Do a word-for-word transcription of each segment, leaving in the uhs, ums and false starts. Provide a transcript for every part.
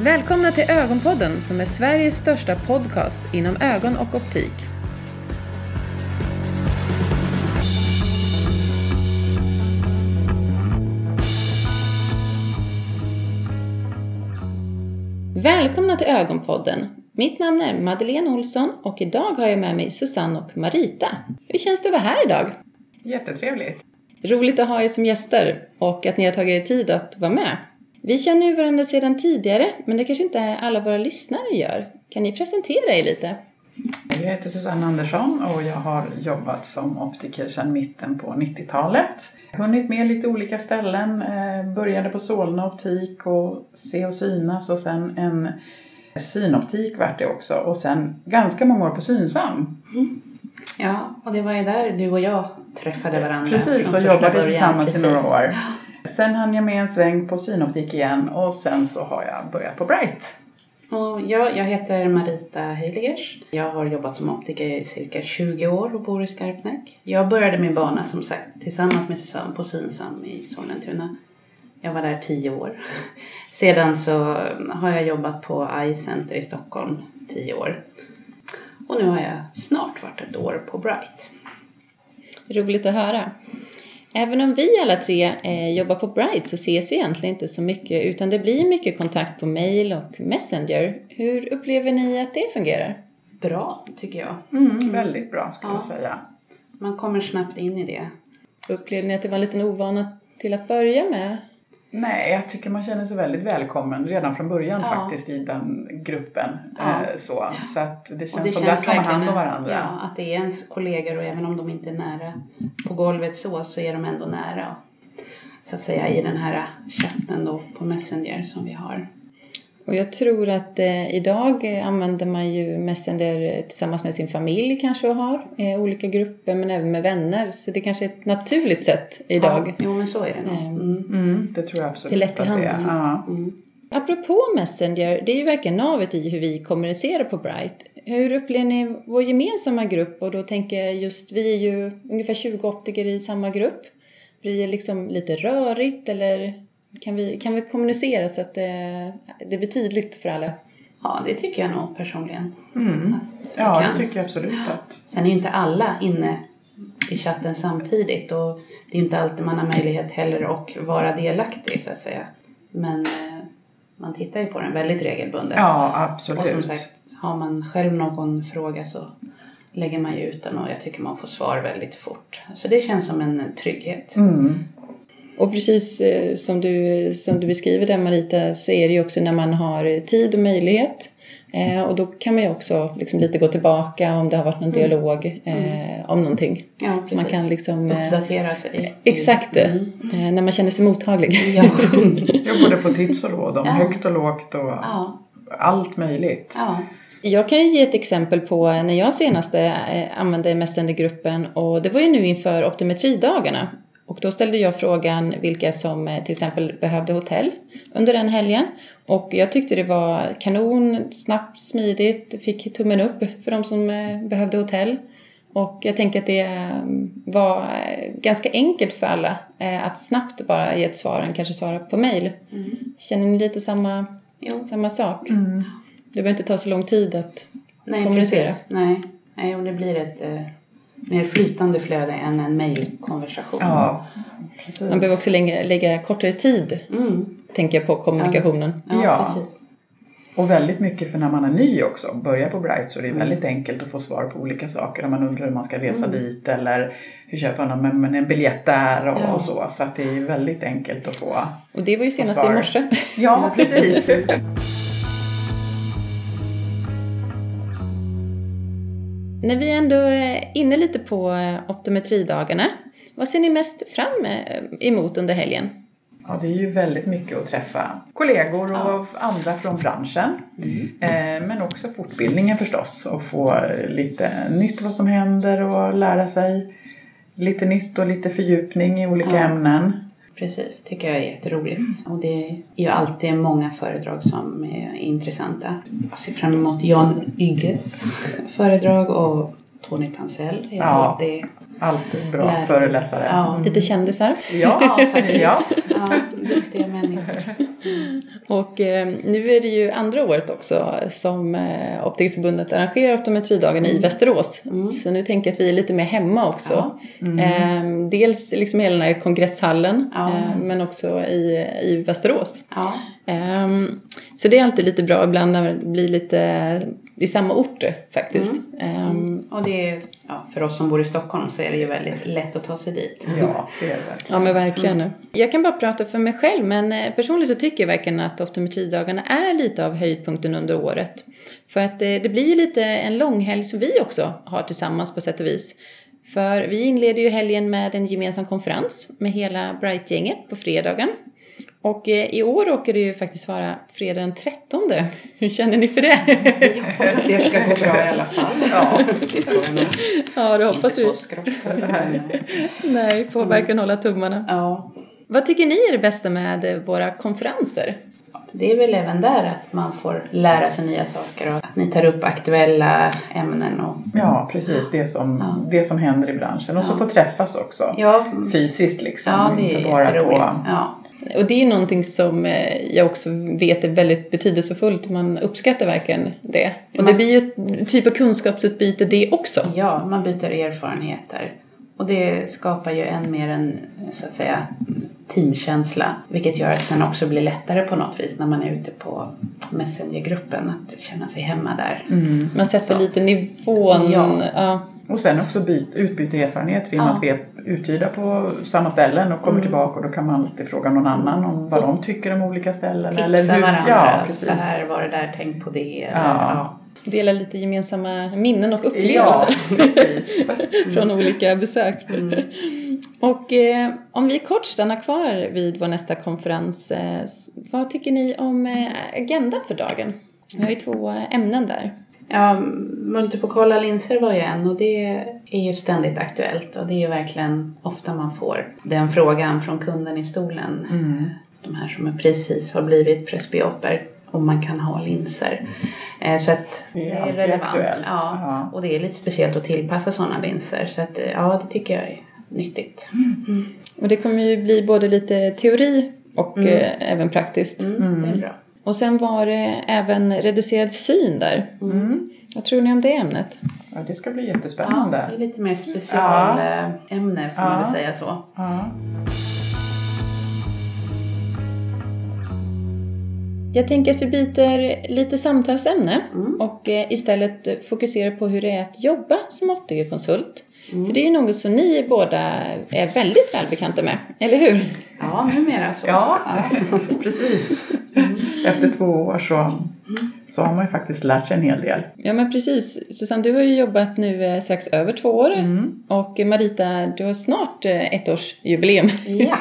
Välkomna till Ögonpodden som är Sveriges största podcast inom ögon och optik. Välkomna till Ögonpodden. Mitt namn är Madeleine Olsson och idag har jag med mig Susanne och Marita. Hur känns det att vara här idag? Jättetrevligt. Roligt att ha er som gäster och att ni har tagit er tid att vara med. Vi känner ju varandra sedan tidigare, men det kanske inte alla våra lyssnare gör. Kan ni presentera er lite? Jag heter Susanne Andersson och jag har jobbat som optiker sedan mitten på nittiotalet. Hunnit med lite olika ställen. Började på Solna optik och se och synas och sen en synoptik vart det också. Och sen ganska många år på Synsam. Mm. Ja, och det var ju där du och jag träffade varandra. Precis, och jobbade tillsammans i några år. Sen hann jag med en sväng på synoptik igen och sen så har jag börjat på Bright. Och jag, jag heter Marita Heiligers. Jag har jobbat som optiker i cirka tjugo år och bor i Skarpnäck. Jag började min bana som sagt tillsammans med Susanne på Synsam i Sollentuna. Jag var där tio år. Sedan så har jag jobbat på Eye Center i Stockholm tio år. Och nu har jag snart varit ett år på Bright. Roligt att höra. Även om vi alla tre eh, jobbar på Bright så ses vi egentligen inte så mycket utan det blir mycket kontakt på mail och messenger. Hur upplever ni att det fungerar? Bra, tycker jag. Mm, väldigt bra skulle ja. jag säga. Man kommer snabbt in i det. Upplevde ni att det var en liten ovana till att börja med? Nej, jag tycker man känner sig väldigt välkommen redan från början ja. faktiskt i den gruppen. Ja. Eh, så så att det känns det som att man hand om varandra. Ja, att det är ens kollegor och även om de inte är nära på golvet så, så är de ändå nära. Så att säga i den här chatten då på Messenger som vi har. Och jag tror att eh, idag använder man ju Messenger tillsammans med sin familj kanske och har eh, olika grupper men även med vänner. Så det kanske är ett naturligt sätt idag. Ja, jo men så är det nog. Mm. Mm, det tror jag absolut. Det är lätt i hands. Ja. Mm. Apropå Messenger, det är ju verkligen navet i hur vi kommunicerar på Bright. Hur upplever ni vår gemensamma grupp? Och då tänker jag just, vi är ju ungefär tjugo optiker i samma grupp. Blir det liksom lite rörigt eller... Kan vi, kan vi kommunicera så att det, det blir tydligt för alla? Ja, det tycker jag nog personligen. Mm. Ja, det tycker jag absolut. Att... Sen är ju inte alla inne i chatten samtidigt. Och det är ju inte alltid man har möjlighet heller att vara delaktig så att säga. Men eh, man tittar ju på den väldigt regelbundet. Ja, absolut. Och som sagt, har man själv någon fråga så lägger man ju ut den. Och jag tycker man får svar väldigt fort. Så det känns som en trygghet. Mm. Och precis eh, som, du, som du beskriver där Marita så är det ju också när man har tid och möjlighet. Eh, och då kan man ju också liksom lite gå tillbaka om det har varit någon mm. dialog eh, mm. om någonting. Ja, precis. Man kan liksom, eh, uppdatera sig. Eh, exakt, mm. eh, när man känner sig mottaglig. Ja. Jag borde få tips och råd om ja. högt och lågt och ja. allt möjligt. Ja. Jag kan ju ge ett exempel på när jag senast eh, använde Messengergruppen och det var ju nu inför optometridagarna. Och då ställde jag frågan vilka som till exempel behövde hotell under den helgen. Och jag tyckte det var kanon, snabbt, smidigt. Fick tummen upp för de som behövde hotell. Och jag tänker att det var ganska enkelt för alla att snabbt bara ge ett svar. Än kanske svara på mejl. Mm. Känner ni lite samma, samma sak? Mm. Det behöver inte ta så lång tid att Nej, kommunicera. Precis. Nej, Nej och det blir ett... Eh... mer flytande flöde än en mejlkonversation. Ja, precis. Man behöver också lägga, lägga kortare tid, mm. tänker jag på kommunikationen. Ja, ja, precis. Och väldigt mycket för när man är ny också. Börjar på Bright så är det mm. väldigt enkelt att få svar på olika saker. Om man undrar hur man ska resa mm. dit eller hur köper man en biljett där och, ja. och så. Så att det är väldigt enkelt att få Och det var ju senast i morse. Ja, precis. När vi ändå är inne lite på optometridagarna, vad ser ni mest fram emot under helgen? Ja, det är ju väldigt mycket att träffa kollegor och ja. andra från branschen. Mm. Eh, men också fortbildningen förstås. Och få lite nytt vad som händer och lära sig lite nytt och lite fördjupning i olika ja. ämnen. Precis, tycker jag är jätteroligt. Och det är ju alltid många föredrag som är intressanta. Jag ser fram emot Jan Ygges föredrag och Tony Pansell. Jag ja. alltid alltid bra Lärligt. föreläsare. Ja. Lite kändisar. Ja, Ja, faktiskt. ja. Ja, duktiga människor. Och eh, nu är det ju andra året också som eh, Optikerförbundet arrangerar optometridagen i Västerås. Mm. Så nu tänker jag att vi är lite mer hemma också. Ja. Mm. Eh, dels liksom hela den här kongresshallen, Ja. eh, men också i, i Västerås. Ja. Eh, så det är alltid lite bra ibland när det blir lite i samma ort faktiskt. Eh, Och det är, ja, för oss som bor i Stockholm så är det ju väldigt lätt att ta sig dit. Ja, det är det verkligen. Ja men verkligen. Mm. Jag kan bara prata för mig själv, men personligen så tycker jag verkligen att optometridagarna är lite av höjdpunkten under året. För att det, det blir ju lite en långhelg som vi också har tillsammans på sätt och vis. För vi inleder ju helgen med en gemensam konferens med hela Bright-gänget på fredagen. Och eh, i år åker det ju faktiskt vara fredag den trettonde. Hur känner ni för det? Vi hoppas att det ska gå bra i alla fall. Ja. Ja, det hoppas vi. Inte så skrockfullt. Nej, får verkligen hålla tummarna. Ja. Vad tycker ni är det bästa med våra konferenser? Det är väl även där att man får lära sig nya saker och att ni tar upp aktuella ämnen. Och, Ja, precis. Det som, Ja. det som händer i branschen. Och så Ja. få träffas också. ja, Fysiskt liksom. ja, och det inte är bara jätteroligt. på... Ja. Och det är någonting som eh, jag också vet är väldigt betydelsefullt. Man uppskattar verkligen det. Och det blir ju ett typ av kunskapsutbyte det också. ja, man byter erfarenheter. Och det skapar ju än mer en, så att säga, teamkänsla. Vilket gör att det sen också blir lättare på något vis när man är ute på Messengergruppen. Att känna sig hemma där. Mm. Man sätter Så. lite nivån. Ja. Ja. Och sen också byt, utbyta erfarenheter i och med Ja. att vi är uthyrda på samma ställen och kommer Mm. tillbaka. Och då kan man alltid fråga någon annan om vad de tycker om olika ställen. Tipsa eller hur, varandra. Ja, precis. Så här var det där, tänk på det. Eller, Ja. ja. Dela lite gemensamma minnen och Ja, upplevelser precis. från olika besök. Mm. Och eh, om vi kort stannar kvar vid vår nästa konferens. Eh, s- vad tycker ni om eh, agendan för dagen? Vi har ju två eh, ämnen där. Ja, multifokala linser var ju en och det är ju ständigt aktuellt. Och det är ju verkligen ofta man får den frågan från kunden i stolen. Mm. De här som precis har blivit presbyoper. Om man kan ha linser. Eh, så att Det är det är alltid relevant. aktuellt. Ja, Ja. och det är lite speciellt att tillpassa sådana linser. Så att, eh, ja, det tycker jag är nyttigt. Och det kommer ju bli både lite teori och Mm. eh, även praktiskt. Mm, Det är bra. Och sen var det även reducerad syn där. Mm. Vad tror ni om det ämnet? Ja, det ska bli Ja, jättespännande. det är lite mer specialämne får man Ja. väl säga så. Ja. Jag tänker att vi byter lite samtalsämne Mm. och eh, istället fokuserar på hur det är att jobba som optikerkonsult. Mm. För det är ju något som ni båda är väldigt välbekanta med, eller hur? Ja, numera så. Ja, precis. Efter två år så, så har man ju faktiskt lärt sig en hel del. Ja men precis. Susanne, du har ju jobbat nu eh, strax över två år. Mm. Och eh, Marita, du har snart eh, ett års jubileum. Ja.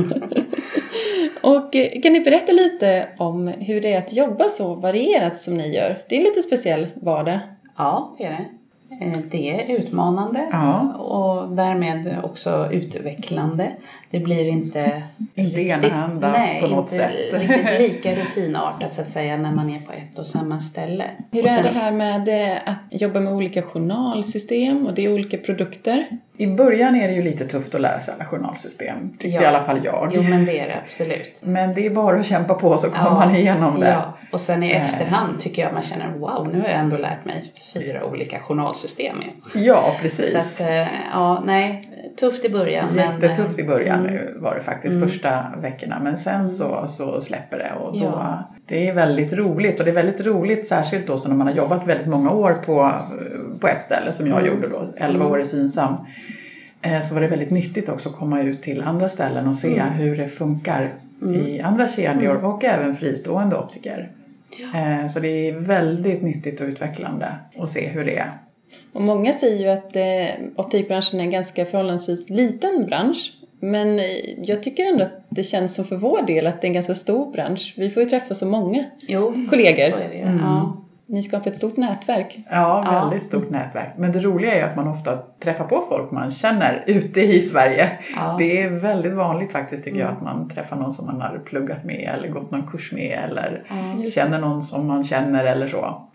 Och eh, kan ni berätta lite om hur det är att jobba så varierat som ni gör? Det är en lite speciell vardag. Ja, det är det. Eh, Det är utmanande Ja. och därmed också utvecklande. Det blir inte Inte enahanda nej, på något inte sätt. riktigt lika rutinartat så att säga när man är på ett och samma ställe. Hur Och är sen- det här med eh, att jobba med olika journalsystem och det är olika produkter? I början är det ju lite tufft att lära sig alla journalsystem. Tyckte Ja. i alla fall jag. Jo, men det är det absolut. Men det är bara att kämpa på så kommer Ja. man igenom det. Ja, och sen i Eh. efterhand tycker jag man känner wow, nu har jag ändå lärt mig fyra olika journalsystem. ju. Ja, Så precis. att, eh, ja, nej, tufft i början. men, Jättetufft i början mm. nu var det faktiskt Mm. första veckorna. Men sen så, så släpper det och då, Ja. det är väldigt roligt. Och det är väldigt roligt särskilt då så när man har jobbat väldigt många år på, på ett ställe som jag Mm. gjorde då, elva år i Synsam. Eh, Så var det väldigt nyttigt också att komma ut till andra ställen och se Mm. hur det funkar Mm. i andra kedjor och även fristående optiker. Eh, Så det är väldigt nyttigt och utvecklande att se hur det är. Och många säger ju att eh, optikbranschen är en ganska förhållandevis liten bransch. Men eh, jag tycker ändå att det känns som för vår del att det är en ganska stor bransch. Vi får ju träffa så många Jo, kollegor. så är det ju. Mm. Ja. Ni skapar ett stort nätverk. Ja, Ja. väldigt stort nätverk. Men det roliga är ju att man ofta träffar på folk man känner ute i Sverige. Ja. Det är väldigt vanligt faktiskt tycker jag Mm. att man träffar någon som man har pluggat med eller gått någon kurs med eller Ja. känner någon som man känner eller så.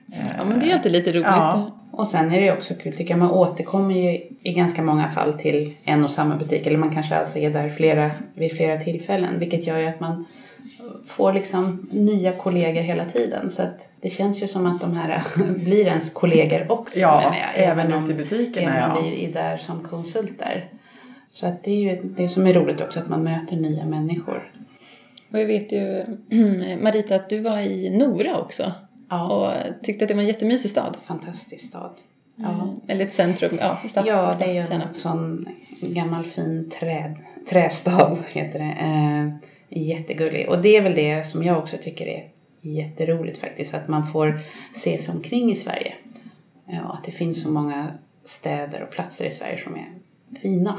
Ja, men det är alltid lite roligt. Ja. Och sen är det också kul tycker jag, man återkommer ju i ganska många fall till en och samma butik. Eller man kanske alltså är där flera, vid flera tillfällen. Vilket gör ju att man får liksom nya kollegor hela tiden. Så att det känns ju som att de här blir ens kollegor också. Ja, menar jag, även om, ute i butikerna. Även Ja. om vi är där som konsulter. Så att det är ju det som är roligt också, att man möter nya människor. Och jag vet ju, Marita, att du var i Nora också. Ja. Och tyckte att det var en jättemysig stad. Fantastisk stad. Ja. Ja. Eller ett centrum, ja, i stads, Ja, det är ju stadskärna. en sån gammal fin träd, trästad heter det. Eh, jättegullig. Och det är väl det som jag också tycker är jätteroligt faktiskt. Att man får se sig omkring i Sverige. Eh, och att det finns så många städer och platser i Sverige som är fina.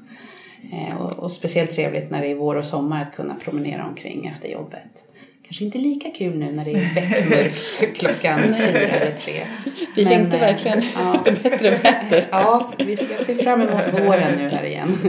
Eh, och, och speciellt trevligt när det är vår och sommar att kunna promenera omkring efter jobbet. Kanske inte lika kul nu när det är beckmörkt klockan fyra eller tre. Vi Men, längtar verkligen ja. efter bättre väder. Ja, vi ska se fram emot våren nu här igen.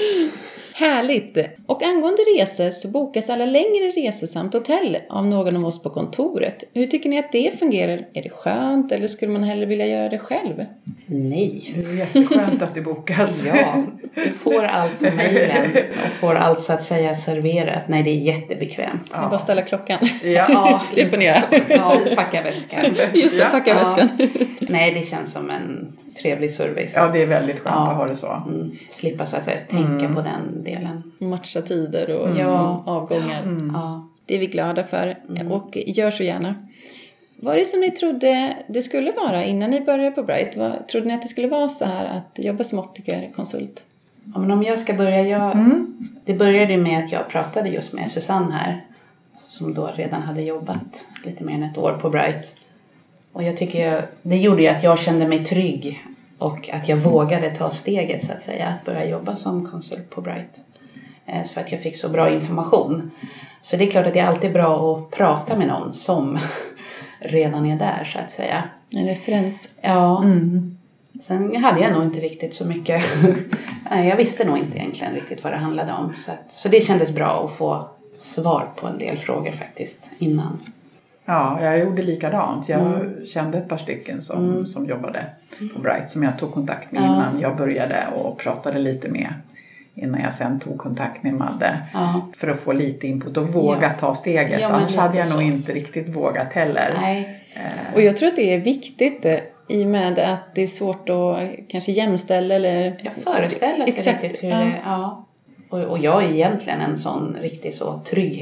Härligt! Och angående resor så bokas alla längre resor samt hotell av någon av oss på kontoret. Hur tycker ni att det fungerar? Är det skönt eller skulle man hellre vilja göra det själv? Nej. Det är jätteskönt att det bokas. Ja, du får allt på mejlen och får allt så att säga serverat. Nej, det är jättebekvämt. Jag bara ställa klockan. Ja. Ja, Det får ni göra. Ja, packa väskan. Just det, packa Ja. väskan. Nej, det känns som en trevlig service. Ja, det är väldigt skönt Ja. att ha det så. Mm, slippa så att säga tänka på den delen. Matcha tider och Ja. avgångar. Ja. Det är vi glada för och gör så gärna. Var det som ni trodde det skulle vara innan ni började på Bright? Vad, trodde ni att det skulle vara så här att jobba som optikerkonsult? Ja, men om jag ska börja, jag, Mm. det började med att jag pratade just med Susanne här. Som då redan hade jobbat lite mer än ett år på Bright. Och jag tycker jag, det gjorde ju att jag kände mig trygg. Och att jag vågade ta steget så att säga. Att börja jobba som konsult på Bright. Eh, För att jag fick så bra information. Så det är klart att det är alltid bra att prata med någon som redan är där så att säga. En referens. Ja. Mm. Sen hade jag nog inte riktigt så mycket. Nej, jag visste nog inte egentligen riktigt vad det handlade om. Så, att, så det kändes bra att få svar på en del frågor faktiskt innan. Ja, jag gjorde likadant. Jag Mm. kände ett par stycken som, Mm. som jobbade på Bright som jag tog kontakt med Ja. innan jag började och pratade lite med. Innan jag sen tog kontakt med Madde. Ja. För att få lite input och våga Ja. ta steget. Ja, men Annars lite hade jag så. nog inte riktigt vågat heller. Nej. Eh, Och jag tror att det är viktigt eh, i och med att det är svårt att kanske jämställa eller... Jag föreställer sig Exakt, riktigt hur ja. det... Ja. Och, och jag är egentligen en sån riktig så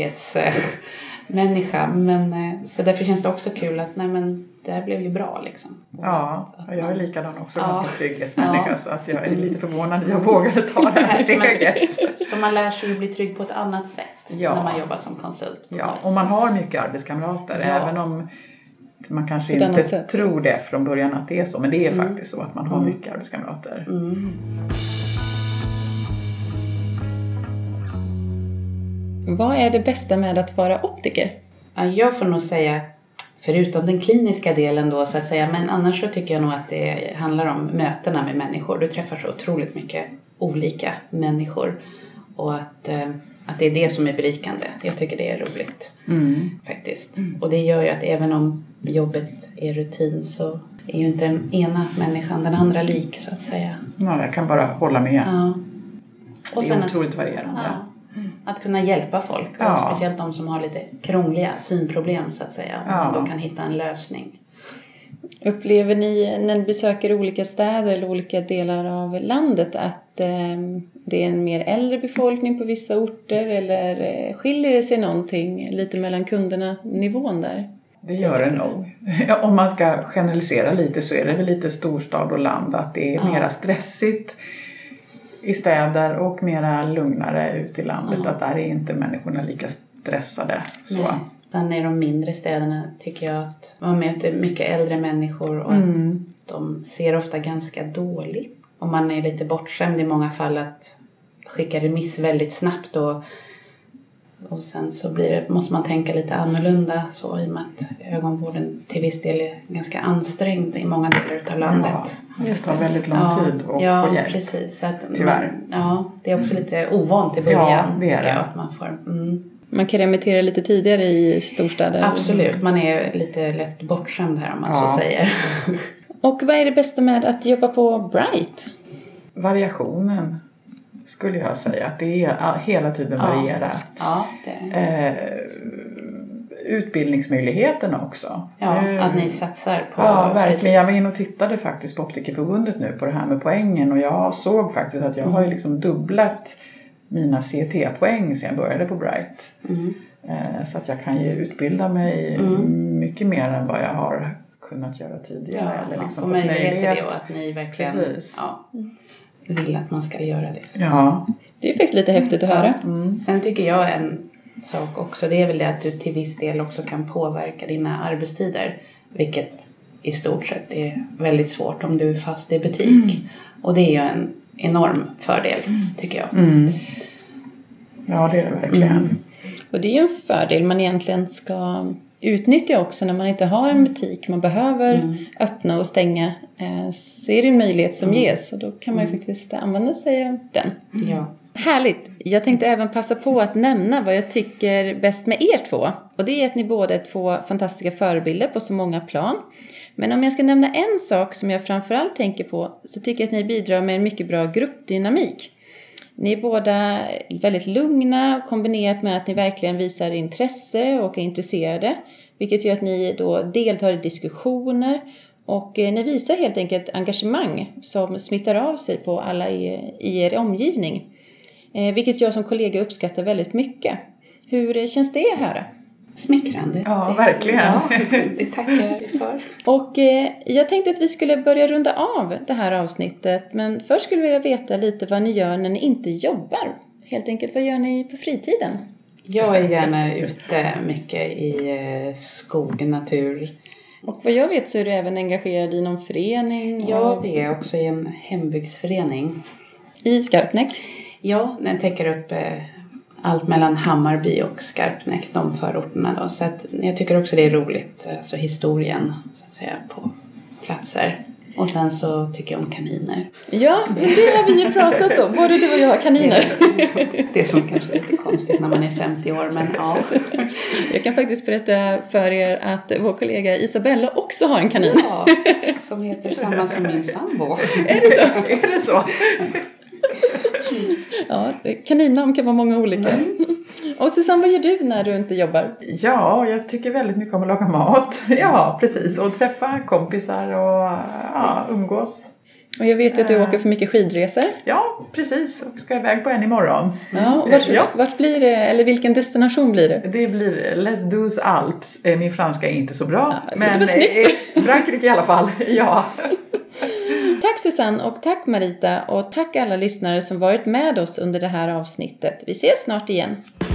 trygghetsmänniska. Men, eh, så därför känns det också kul att nej men det här blev ju bra liksom. Ja, Att och jag är man- likadan också. Ja. Ganska trygghetsmänniska. Ja. Så att jag är lite förvånad att jag vågade ta det här steget. Så man lär sig ju bli trygg på ett annat sätt Ja. när man jobbar som konsult. på Ja, Bright. och man har mycket arbetskamrater. Ja. Även om man kanske På ett inte annat sätt. tror det från början att det är så. Men det är Mm. faktiskt så att man har Mm. mycket arbetskamrater. Mm. Vad är det bästa med att vara optiker? Ja, jag får nog säga, förutom den kliniska delen då så att säga, men annars så tycker jag nog att det handlar om mötena med människor. Du träffar så otroligt mycket olika människor och att, eh, att det är det som är berikande. Jag tycker det är roligt Mm. faktiskt. Och det gör ju att även om jobbet är rutin så är ju inte den ena människan den andra lik så att säga. Ja, jag kan bara hålla med. Ja. Och Det sen är att, otroligt varierande. ja, att kunna hjälpa folk. Och Ja. speciellt de som har lite krångliga synproblem så att säga. Och Ja. man då kan hitta en lösning. Upplever ni när ni besöker olika städer eller olika delar av landet att eh, det är en mer äldre befolkning på vissa orter eller eh, skiljer det sig någonting lite mellan kunderna nivån där? Det gör det nog. Om man ska generalisera lite så är det väl lite storstad och land. Att det är Ja. mera stressigt i städer och mera lugnare ut i landet. Ja. Att där är inte människorna lika stressade. Så. Nej. Sen i de mindre städerna tycker jag att man möter mycket äldre människor och Mm. att de ser ofta ganska dåligt. Och man är lite bortskämd i många fall att skicka remiss väldigt snabbt och, och sen så blir det, måste man tänka lite annorlunda så i och med att ögonvården till viss del är ganska ansträngd i många delar av landet. Ja, det tar väldigt lång Ja, tid att ja, få hjälp. precis. Så att Tyvärr. Man, ja, det är också lite ovant i början Ja, det är tycker jag det. att man får. Mm. Man kan remittera lite tidigare i storstäder. Absolut, man är lite lätt bortskämd här om man ja. så säger. Och vad är det bästa med att jobba på Bright? Variationen skulle jag säga. Att det är hela tiden varierat. Ja, det är... eh, utbildningsmöjligheterna också. Ja, nu, att ni satsar på... Ja, verkligen. Precis. Jag var inne och tittade faktiskt på Optikerförbundet nu på det här med poängen. Och jag såg faktiskt att jag mm. har ju liksom dubblat mina C T-poäng sedan jag började på Bright. Mm. Eh, så att jag kan ju utbilda mig mm. mycket mer än vad jag har kunnat göra tidigare. Ja, eller man liksom får möjlighet till det och att ni verkligen ja, vill att man ska göra det. Ja. Det är faktiskt lite häftigt att höra. Mm. Sen tycker jag en sak också, det är väl det att du till viss del också kan påverka dina arbetstider. Vilket i stort sett är väldigt svårt om du är fast i butik. Mm. Och det är ju en enorm fördel tycker jag. Mm. Ja, det är det verkligen. Mm. Och det är ju en fördel man egentligen ska utnyttja också när man inte har en butik. Man behöver mm. öppna och stänga. Så är det en möjlighet som mm. ges. Och då kan man ju mm. faktiskt använda sig av den. Ja. Härligt! Jag tänkte även passa på att nämna vad jag tycker bäst med er två. Och det är att ni båda är två fantastiska förebilder på så många plan. Men om jag ska nämna en sak som jag framförallt tänker på så tycker jag att ni bidrar med en mycket bra gruppdynamik. Ni är båda väldigt lugna kombinerat med att ni verkligen visar intresse och är intresserade. Vilket gör att ni då deltar i diskussioner och ni visar helt enkelt engagemang som smittar av sig på alla i, i er omgivning. Eh, vilket jag som kollega uppskattar väldigt mycket. Hur känns det att höra? Smickrande. Ja, det, verkligen. Ja, det tackar jag för. Och eh, jag tänkte att vi skulle börja runda av det här avsnittet. Men först skulle vi vilja veta lite vad ni gör när ni inte jobbar. Helt enkelt, vad gör ni på fritiden? Jag är gärna ute mycket i eh, skog, natur. Och vad jag vet så är du även engagerad i någon förening? Ja, det är också i en hembygdsförening. I Skarpnäck? Ja, den täcker upp eh, allt mellan Hammarby och Skarpnäck, de förorterna då. Så att jag tycker också det är roligt, alltså historien så att säga på platser. Och sen så tycker jag om kaniner. Ja, det har vi ju pratat om, både du och jag har kaniner. Det, det är som kanske är lite konstigt när man är femtio år, men ja. Jag kan faktiskt berätta för er att vår kollega Isabella också har en kanin. Ja, som heter samma som min sambo. Är det så? Är det så? Ja, kaninnamn kan vara många olika. Mm. Och Susanne, vad gör du när du inte jobbar? Ja, jag tycker väldigt mycket om att laga mat. Ja, precis. Och träffa kompisar och ja, umgås. Och jag vet ju att du uh, åker för mycket skidresor. Ja, precis. Och ska iväg på en imorgon. Ja, vart, ja. vart blir det? Eller vilken destination blir det? Det blir Les Deux Alpes. Min franska är inte så bra. Ja, men det var snyggt. Frankrike i alla fall, ja. Tack Susanne och tack Marita och tack alla lyssnare som varit med oss under det här avsnittet. Vi ses snart igen.